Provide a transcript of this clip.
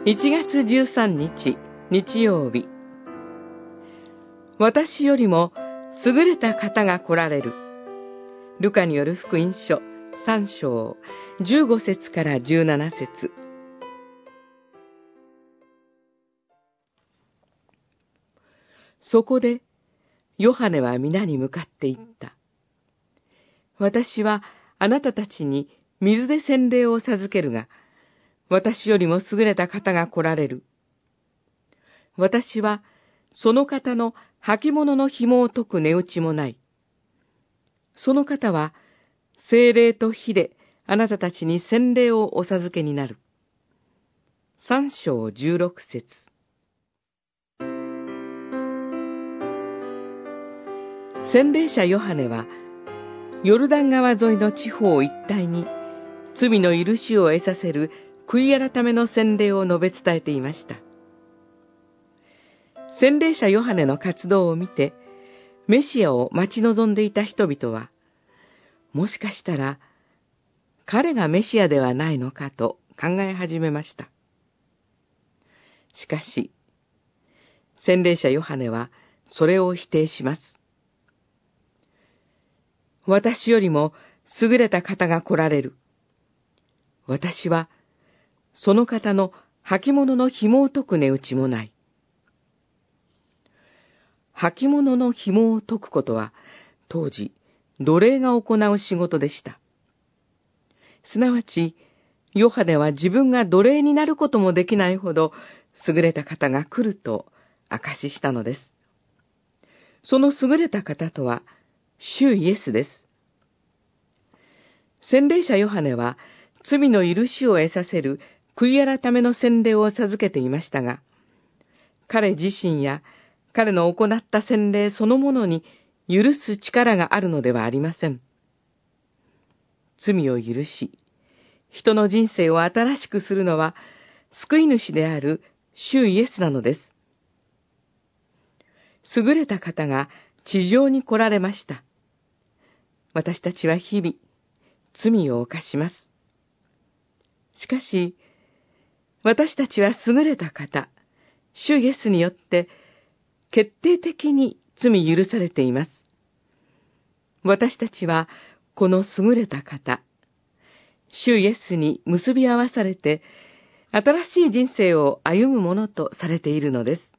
1月13日、日曜日。私よりも優れた方が来られる。ルカによる福音書3章15節から17節。そこでヨハネは皆に向かって言った。私はあなたたちに水で洗礼を授けるが、私よりも優れた方が来られる。私はその方の履物の紐を解く値打ちもない。その方は聖霊と火であなたたちに洗礼をお授けになる。3章16節。洗礼者ヨハネはヨルダン川沿いの地方一帯に罪の許しを得させる悔い改めの洗礼を述べ伝えていました。洗礼者ヨハネの活動を見て、メシアを待ち望んでいた人々は、もしかしたら彼がメシアではないのかと考え始めました。しかし、洗礼者ヨハネはそれを否定します。私よりも優れた方が来られる。私はその方の履物の紐を解く値打ちもない。履物の紐を解くことは、当時、奴隷が行う仕事でした。すなわち、ヨハネは自分が奴隷になることもできないほど、優れた方が来ると証ししたのです。その優れた方とは、主イエスです。洗礼者ヨハネは、罪の許しを得させる悔い改めの洗礼を授けていましたが、彼自身や彼の行った洗礼そのものに許す力があるのではありません。罪を許し、人の人生を新しくするのは救い主である主イエスなのです。優れた方が地上に来られました。私たちは日々罪を犯します。しかし、私たちは優れた方、主イエスによって決定的に罪許されています。私たちはこの優れた方、主イエスに結び合わされて、新しい人生を歩むものとされているのです。